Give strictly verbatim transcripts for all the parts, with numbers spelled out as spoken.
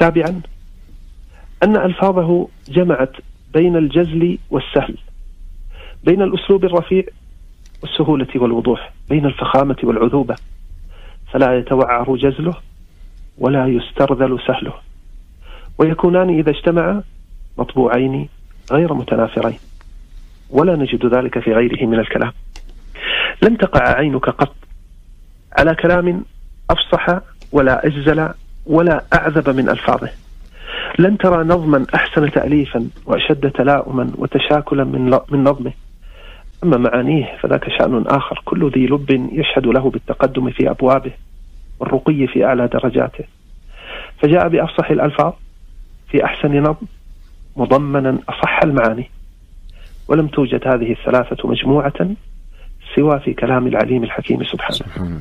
سابعا أن ألفاظه جمعت بين الجزل والسهل، بين الأسلوب الرفيع والسهولة والوضوح، بين الفخامة والعذوبة، فلا يتوعر جزله ولا يسترذل سهله، ويكونان إذا اجتمعا مطبوعين غير متنافرين، ولا نجد ذلك في غيره من الكلام. لن تقع عينك قط على كلام أفصح ولا أجزل ولا أعذب من ألفاظه، لن ترى نظما أحسن تأليفا وأشد تلاؤما وتشاكلا من من نظمه. أما معانيه فذاك شأن آخر، كل ذي لب يشهد له بالتقدم في أبوابه والرقي في أعلى درجاته، فجاء بأفصح الألفاظ في أحسن نظم مضمنا أصح المعاني، ولم توجد هذه الثلاثة مجموعة سوى في كلام العليم الحكيم سبحانه.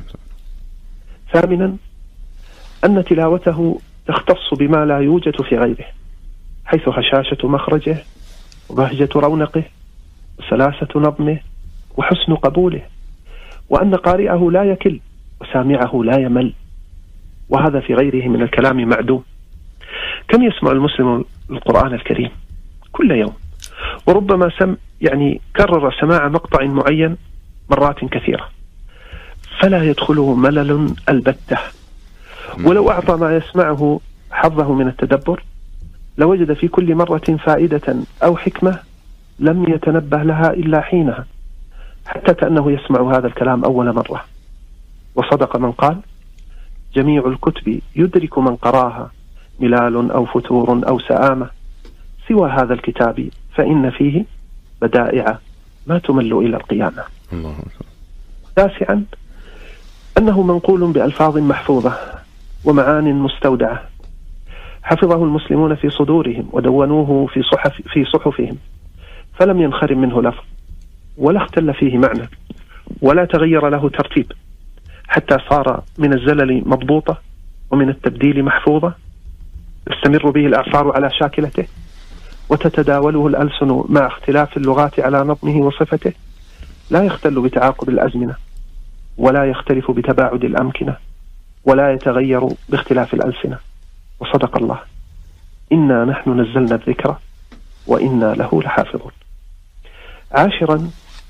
ثامنا أن تلاوته تختص بما لا يوجد في غيره، حيث هشاشة مخرجه وبهجة رونقه وسلاسة نظمه وحسن قبوله، وأن قارئه لا يكل وسامعه لا يمل، وهذا في غيره من الكلام معدوم. كم يسمع المسلم القرآن الكريم كل يوم، وربما سم يعني كرر سماع مقطع معين مرات كثيرة، فلا يدخله ملل البتة، ولو أعطى ما يسمعه حظه من التدبر لوجد في كل مرة فائدة أو حكمة لم يتنبه لها إلا حينها، حتى كأنه يسمع هذا الكلام أول مرة. وصدق من قال: جميع الكتب يدرك من قراها ملال أو فتور أو سآمة، سوى هذا الكتاب فإن فيه بدائع ما تمل إلى القيامة. الله. تاسعا أنه منقول بألفاظ محفوظة ومعان مستودعة، حفظه المسلمون في صدورهم ودونوه في صحف في صحفهم، فلم ينخرم منه لفظ ولا اختل فيه معنى ولا تغير له ترتيب، حتى صار من الزلل مضبوطة ومن التبديل محفوظة، تستمر به الأعصار على شاكلته وتتداوله الألسن مع اختلاف اللغات على نظمه وصفته، لا يختل بتعاقب الأزمنة ولا يختلف بتباعد الأمكنة ولا يتغير باختلاف الألسنة. وصدق الله: إنا نحن نزلنا الذكر وإنا له لحافظون. عاشرا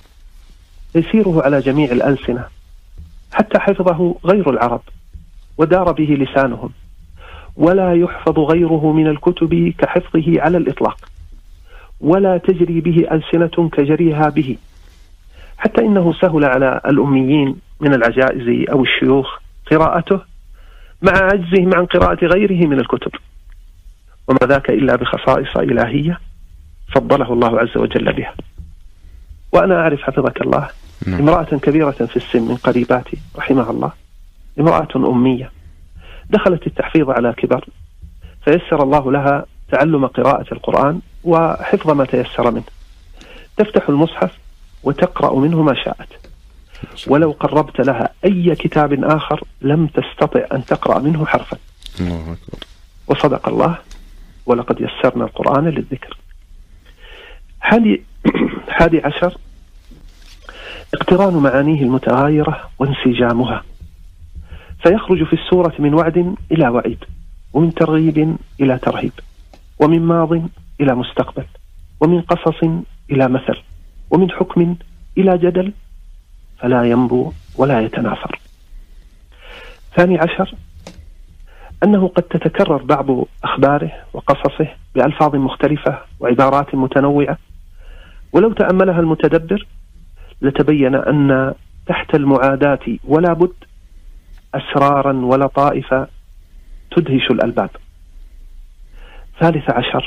تيسيره على جميع الألسنة، حتى حفظه غير العرب ودار به لسانهم، ولا يحفظ غيره من الكتب كحفظه على الإطلاق، ولا تجري به ألسنة كجريها به، حتى إنه سهل على الأميين من العجائز أو الشيوخ قراءته مع عجزهم عن قراءة غيره من الكتب، وما ذاك إلا بخصائص إلهية فضله الله عز وجل بها. وأنا أعرف حفظك الله امرأة كبيرة في السن من قريباتي رحمها الله، امرأة أمية دخلت التحفيظ على كبر، فيسر الله لها تعلم قراءة القرآن وحفظ ما تيسر منه، تفتح المصحف وتقرأ منه ما شاءت، ولو قربت لها أي كتاب آخر لم تستطع أن تقرأ منه حرفا. وصدق الله: ولقد يسرنا القرآن للذكر. حادي, حادي عشر اقتران معانيه المتغايرة وانسجامها، فيخرج في السورة من وعد إلى وعيد، ومن ترغيب إلى ترهيب، ومن ماض إلى مستقبل، ومن قصص إلى مثل، ومن حكم إلى جدل، فلا ينبو ولا يتناثر. ثاني عشر أنه قد تتكرر بعض أخباره وقصصه بألفاظ مختلفة وعبارات متنوعة، ولو تأملها المتدبر لتبين أن تحت المعاداة ولا بد أسرارا ولطائف تدهش الألباب. ثالث عشر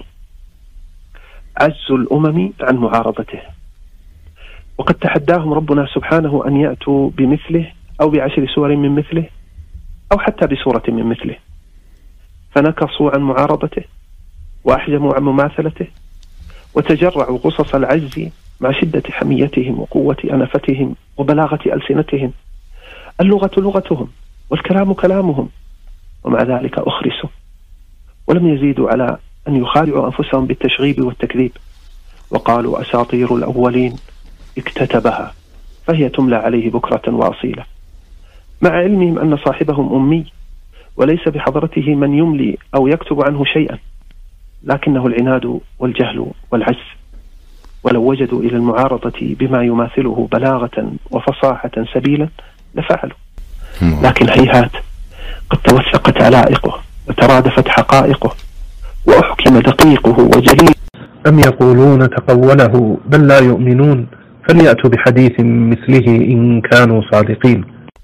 عجز الأمم عن معارضته، وقد تحداهم ربنا سبحانه أن يأتوا بمثله أو بعشر سور من مثله أو حتى بسورة من مثله، فنكصوا عن معارضته وأحجموا عن مماثلته وتجرعوا قصص العجز مع شدة حميتهم وقوة أنفتهم وبلاغة ألسنتهم. اللغة لغتهم والكلام كلامهم، ومع ذلك أخرسوا ولم يزيدوا على أن يخادعوا أنفسهم بالتشغيب والتكذيب، وقالوا أساطير الأولين اكتتبها فهي تملى عليه بكرة وأصيلة، مع علمهم أن صاحبهم أمي وليس بحضرته من يملي أو يكتب عنه شيئا، لكنه العناد والجهل والعجز. ولو وجدوا إلى المعارضة بما يماثله بلاغة وفصاحة سبيلا لفعلوا، لكن هيهات، قد توثقت علائقه وترادفت حقائقه وأحكم دقيقه وجليل. أم يقولون تقوله بل لا يؤمنون فليأتوا بحديث مثله إن كانوا صادقين.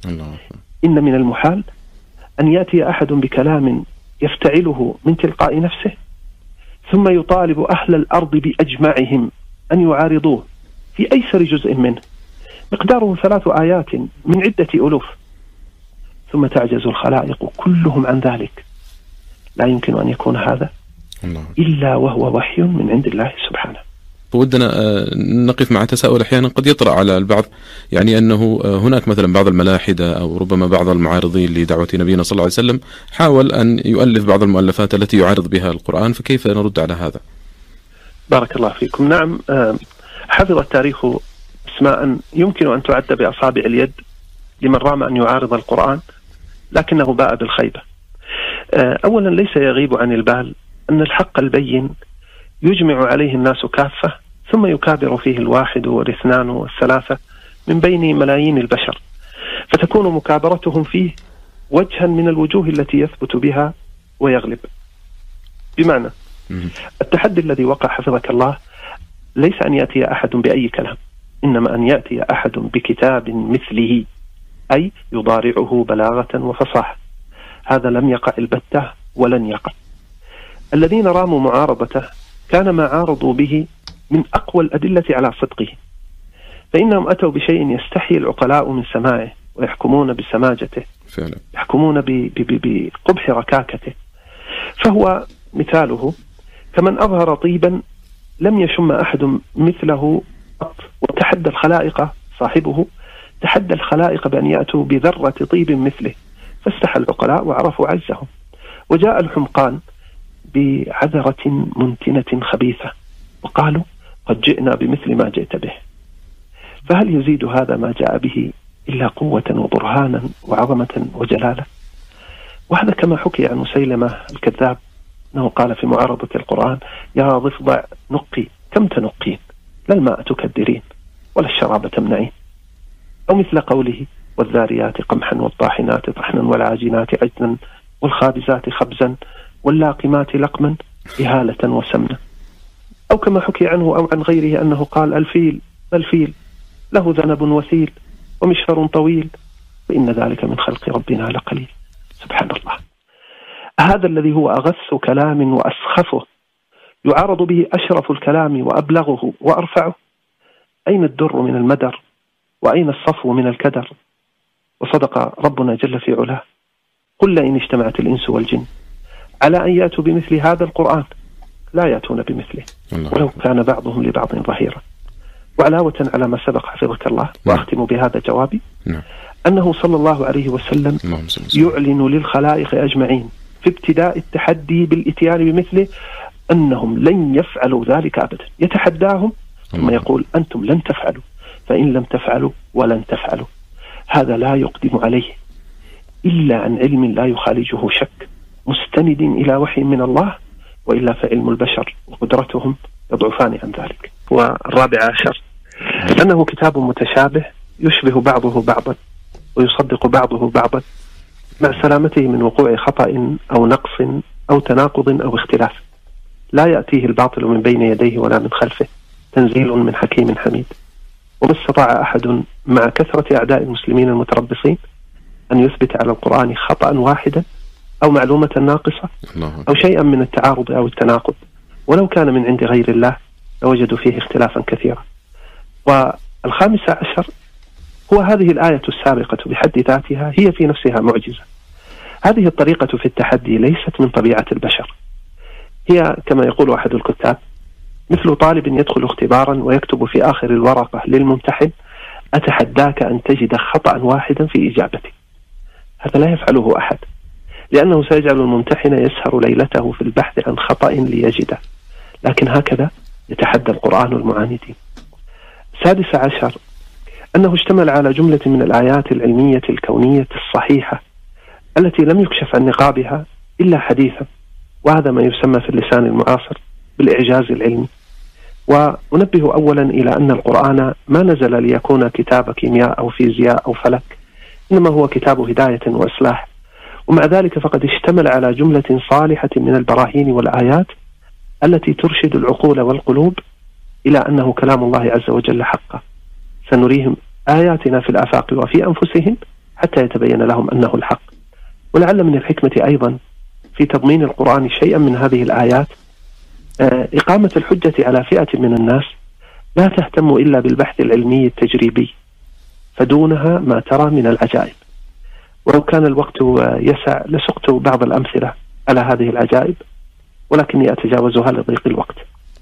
إن من المحال أن يأتي أحد بكلام يفتعله من تلقاء نفسه ثم يطالب أهل الأرض بأجمعهم أن يعارضوه في أيسر جزء منه مقداره ثلاث آيات من عدة ألوف، ثم تعجز الخلائق كلهم عن ذلك. لا يمكن أن يكون هذا إلا وهو وحي من عند الله سبحانه. ودنا نقف مع تساؤل أحيانا قد يطرأ على البعض، يعني أنه هناك مثلا بعض الملاحدة أو ربما بعض المعارضين لدعوة نبينا صلى الله عليه وسلم حاول أن يؤلف بعض المؤلفات التي يعارض بها القرآن، فكيف نرد على هذا؟ بارك الله فيكم. نعم، حفظ التاريخ اسماء يمكن أن تعد بأصابع اليد لمن رام أن يعارض القرآن، لكنه باء بالخيبة. أولا، ليس يغيب عن البال أن الحق البين يجمع عليه الناس كافة، ثم يكابر فيه الواحد والاثنان والثلاثة من بين ملايين البشر، فتكون مكابرتهم فيه وجها من الوجوه التي يثبت بها ويغلب. بمعنى التحدي الذي وقع حفظك الله ليس أن يأتي أحد بأي كلام، إنما أن يأتي أحد بكتاب مثله، أي يضارعه بلاغة وفصاحة. هذا لم يقع البتة ولن يقع. الذين راموا معارضته كان ما عارضوا به من أقوى الأدلة على صدقه، فإنهم أتوا بشيء يستحي العقلاء من سماعه ويحكمون بسماجته فعلا. يحكمون بقبح ركاكته. فهو مثاله كمن أظهر طيبا لم يشم أحد مثله قط، وتحدى الخلائق، صاحبه تحدى الخلائق بأن يأتوا بذرة طيب مثله، فاستحى العقلاء وعرفوا عزهم، وجاء الحمقان بعذرة منتنة خبيثة وقالوا قد جئنا بمثل ما جئت به. فهل يزيد هذا ما جاء به إلا قوة وبرهانا وعظمة وجلالة؟ وهذا كما حكي عن مسيلمة الكذاب أنه قال في معارضة القرآن: يا ضفدع نقي كم تنقين، لا الماء تكدرين ولا الشراب تمنعين. أو مثل قوله: والذاريات قمحا والطاحنات طحنا والعاجنات عجنا والخابزات خبزا واللاقمات لقما إهالة وسمنا. أو كما حكي عنه أو عن غيره أنه قال: الفيل الفيل له ذنب وثيل ومشفر طويل وإن ذلك من خلق ربنا لقليل. سبحان الله. هذا الذي هو أغث كلام وأسخفه يعارض به أشرف الكلام وأبلغه وأرفعه. أين الدر من المدر وأين الصفو من الكدر؟ وصدق ربنا جل في علاه: قل لئن اجتمعت الإنس والجن على أن يأتوا بمثل هذا القرآن لا يأتون بمثله ولو كان بعضهم لبعض ظهيرا. وعلاوة على ما سبق حفظك الله، وأختم بهذا جوابي، أنه صلى الله عليه وسلم يعلن للخلائق أجمعين في ابتداء التحدي بالإتيان بمثله أنهم لن يفعلوا ذلك أبدا. يتحداهم ثم يقول: أنتم لن تفعلوا، فإن لم تفعلوا ولن تفعلوا. هذا لا يقدم عليه إلا عن علم لا يخالجه شك، مستند إلى وحي من الله، وإلا فعلم البشر وقدرتهم يضعفان عن ذلك. والرابع عشر أنه كتاب متشابه يشبه بعضه بعضا ويصدق بعضه بعضا، مع سلامته من وقوع خطأ أو نقص أو تناقض أو اختلاف. لا يأتيه الباطل من بين يديه ولا من خلفه، تنزيل من حكيم حميد. وما استطاع أحد مع كثرة أعداء المسلمين المتربصين أن يثبت على القرآن خطأ واحدا أو معلومة ناقصة أو شيئا من التعارض أو التناقض، ولو كان من عند غير الله لوجدوا فيه اختلافا كثيرا. والخامس عشر هو هذه الآية السابقة بحد ذاتها هي في نفسها معجزة. هذه الطريقة في التحدي ليست من طبيعة البشر، هي كما يقول أحد الكتاب مثل طالب يدخل اختبارا ويكتب في آخر الورقة للممتحن: أتحداك أن تجد خطأ واحدا في إجابتك. هذا لا يفعله أحد، لأنه سيجعل الممتحن يسهر ليلته في البحث عن خطأ ليجده، لكن هكذا يتحدى القرآن المعاندين. السادس عشر أنه اشتمل على جملة من الآيات العلمية الكونية الصحيحة التي لم يكشف عن نقابها إلا حديثا، وهذا ما يسمى في اللسان المعاصر بالإعجاز العلمي. وننبه أولا إلى أن القرآن ما نزل ليكون كتاب كيمياء أو فيزياء أو فلك، إنما هو كتاب هداية وإصلاح، ومع ذلك فقد اشتمل على جملة صالحة من البراهين والآيات التي ترشد العقول والقلوب إلى أنه كلام الله عز وجل حقا. سنريهم آياتنا في الآفاق وفي أنفسهم حتى يتبين لهم أنه الحق. ولعل من الحكمة أيضا في تضمين القرآن شيئا من هذه الآيات إقامة الحجة على فئة من الناس لا تهتم إلا بالبحث العلمي التجريبي، فدونها ما ترى من العجائب. ولو كان الوقت يسع لسقت بعض الأمثلة على هذه العجائب، ولكني أتجاوزها لضيق الوقت.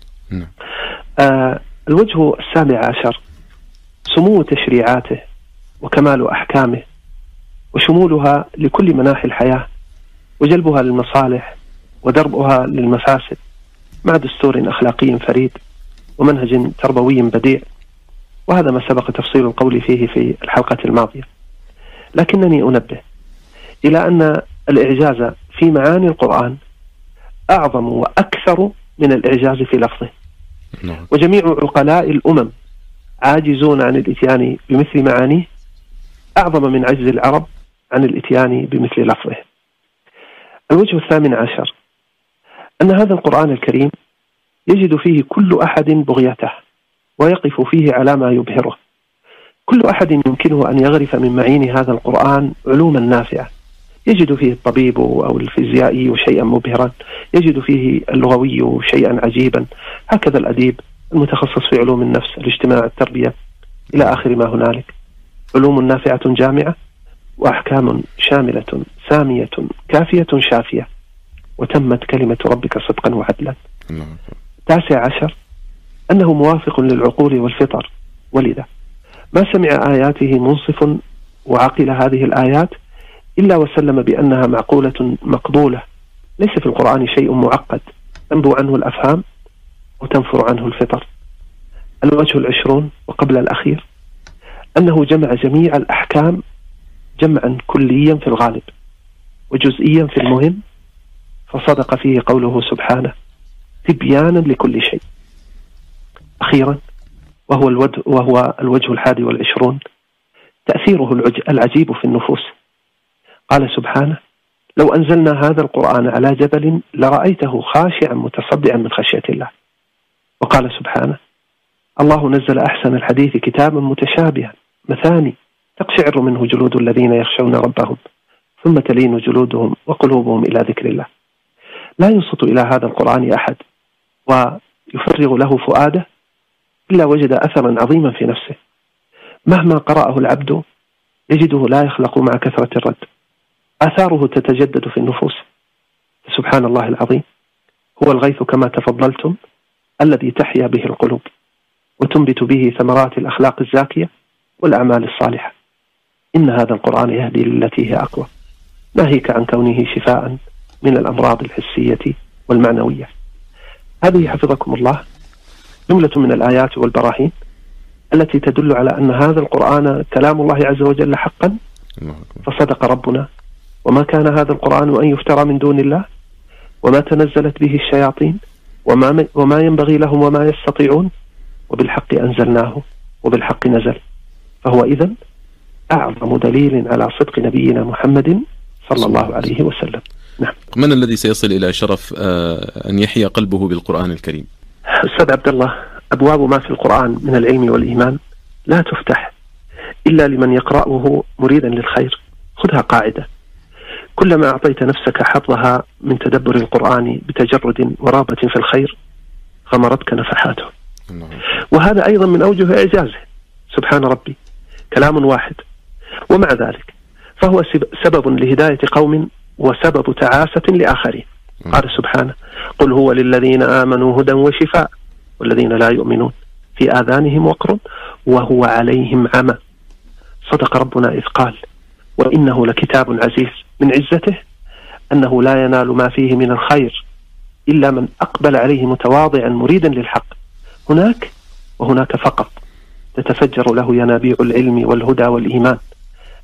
آه الوجه السابع عشر سمو تشريعاته وكمال أحكامه وشمولها لكل مناحي الحياة، وجلبها للمصالح ودربها للمفاسد، مع دستور أخلاقي فريد ومنهج تربوي بديع، وهذا ما سبق تفصيل القول فيه في الحلقة الماضية. لكنني أنبه إلى أن الإعجاز في معاني القرآن أعظم وأكثر من الإعجاز في لفظه، وجميع عقلاء الأمم عاجزون عن الإتيان بمثل معانيه أعظم من عجز العرب عن الإتيان بمثل لفظه. الوجه الثامن عشر أن هذا القرآن الكريم يجد فيه كل أحد بغيته ويقف فيه على ما يبهره. كل أحد يمكنه أن يغرف من معين هذا القرآن علوما نافعة، يجد فيه الطبيب أو الفيزيائي شيئا مبهرا، يجد فيه اللغوي شيئا عجيبا، هكذا الأديب المتخصص في علوم النفس، الاجتماع، التربية، إلى آخر ما هنالك. علوم نافعة جامعة، وأحكام شاملة سامية كافية شافية، وتمت كلمة ربك صدقا وعدلا. تاسع عشر أنه موافق للعقول والفطر، ولذا ما سمع آياته منصف وعقل هذه الآيات إلا وسلم بأنها معقولة مقبولة. ليس في القرآن شيء معقد تنبو عنه الأفهام وتنفر عنه الفطر. الوجه العشرون وقبل الأخير أنه جمع جميع الأحكام جمعا كليا في الغالب وجزئيا في المهم، فصدق فيه قوله سبحانه تبيانا لكل شيء. أخيرا وهو الوجه, وهو الوجه الحادي والعشرون تأثيره العجيب في النفوس. قال سبحانه لو أنزلنا هذا القرآن على جبل لرأيته خاشعا متصدعا من خشية الله. وقال سبحانه الله نزل أحسن الحديث كتابا متشابها مثاني تقشعر منه جلود الذين يخشون ربهم ثم تلين جلودهم وقلوبهم إلى ذكر الله. لا ينصت إلى هذا القرآن أحد ويفرغ له فؤاده إلا وجد أثرا عظيما في نفسه. مهما قرأه العبد يجده لا يخلق مع كثرة الرد، آثاره تتجدد في النفوس. سبحان الله العظيم، هو الغيث كما تفضلتم الذي تحيا به القلوب وتنبت به ثمرات الأخلاق الزاكية والأعمال الصالحة. إن هذا القرآن يهدي للتي هي أقوى، ناهيك عن كونه شفاء من الأمراض الحسية والمعنوية. هذه حفظكم الله جملة من الآيات والبراهين التي تدل على أن هذا القرآن كلام الله عز وجل حقا، فصدق ربنا وما كان هذا القرآن أن يفترى من دون الله وما تنزلت به الشياطين وما, وما ينبغي لهم وما يستطيعون، وبالحق أنزلناه وبالحق نزل. فهو إذن أعظم دليل على صدق نبينا محمد صلى الله عليه وسلم. نعم. من الذي سيصل إلى شرف أن يحيا قلبه بالقرآن الكريم؟ أستاذ عبد الله، أبواب ما في القرآن من العلم والإيمان لا تفتح إلا لمن يقرأه مريدا للخير. خذها قاعدة، كلما أعطيت نفسك حظها من تدبر القرآن بتجرد ورغبة في الخير غمرتك نفحاته. وهذا أيضا من أوجه إعجازه سبحان ربي، كلام واحد ومع ذلك فهو سبب لهداية قوم وسبب تعاسة لآخرين. قال سبحانه قل هو للذين آمنوا هدى وشفاء والذين لا يؤمنون في آذانهم وقر وهو عليهم عمى. صدق ربنا إذ قال وإنه لكتاب عزيز، من عزته أنه لا ينال ما فيه من الخير إلا من أقبل عليه متواضعا مريدا للحق. هناك وهناك فقط تتفجر له ينابيع العلم والهدى والإيمان.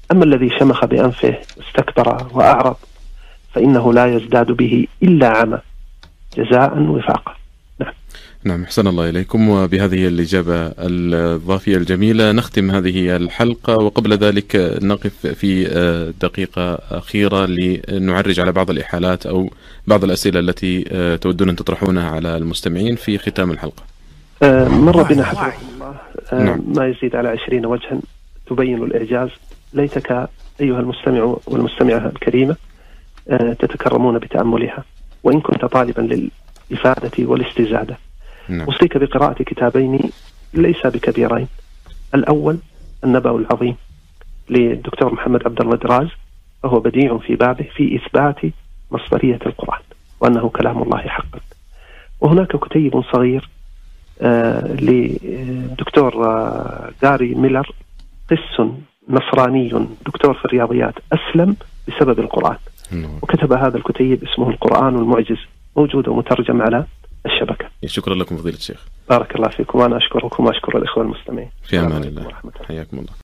أما الذي شمخ بأنفه واستكبر وأعرض فإنه لا يزداد به إلا عمى جزاء وفاقا. نعم. نعم، أحسن الله إليكم. وبهذه الإجابة الضافية الجميلة نختم هذه الحلقة، وقبل ذلك نقف في دقيقة أخيرة لنعرج على بعض الإحالات أو بعض الأسئلة التي تودون أن تطرحونها على المستمعين في ختام الحلقة. مر بنا حفظكم الله نعم. ما يزيد على عشرين وجها تبين الإعجاز، ليتك أيها المستمع والمستمعة الكريمة تتكرمون بتأملها، وإن كنت طالبا للإفادة والاستزادة. نعم. أوصيك بقراءة كتابين ليس بكبيرين. الأول النبأ العظيم للدكتور محمد عبد الله دراز، وهو بديع في بابه في إثبات مصدرية القرآن وأنه كلام الله حقا. وهناك كتيب صغير آه للدكتور آه جاري ميلر، قس نصراني دكتور في الرياضيات أسلم بسبب القرآن. نعم. وكتب هذا الكتيب اسمه القرآن المعجز، موجود ومترجم على الشبكة. شكرا لكم فضيلة الشيخ. بارك الله فيكم، وأنا أشكركم وأشكر الإخوة المستمعين. في أمان الله، حياكم الله.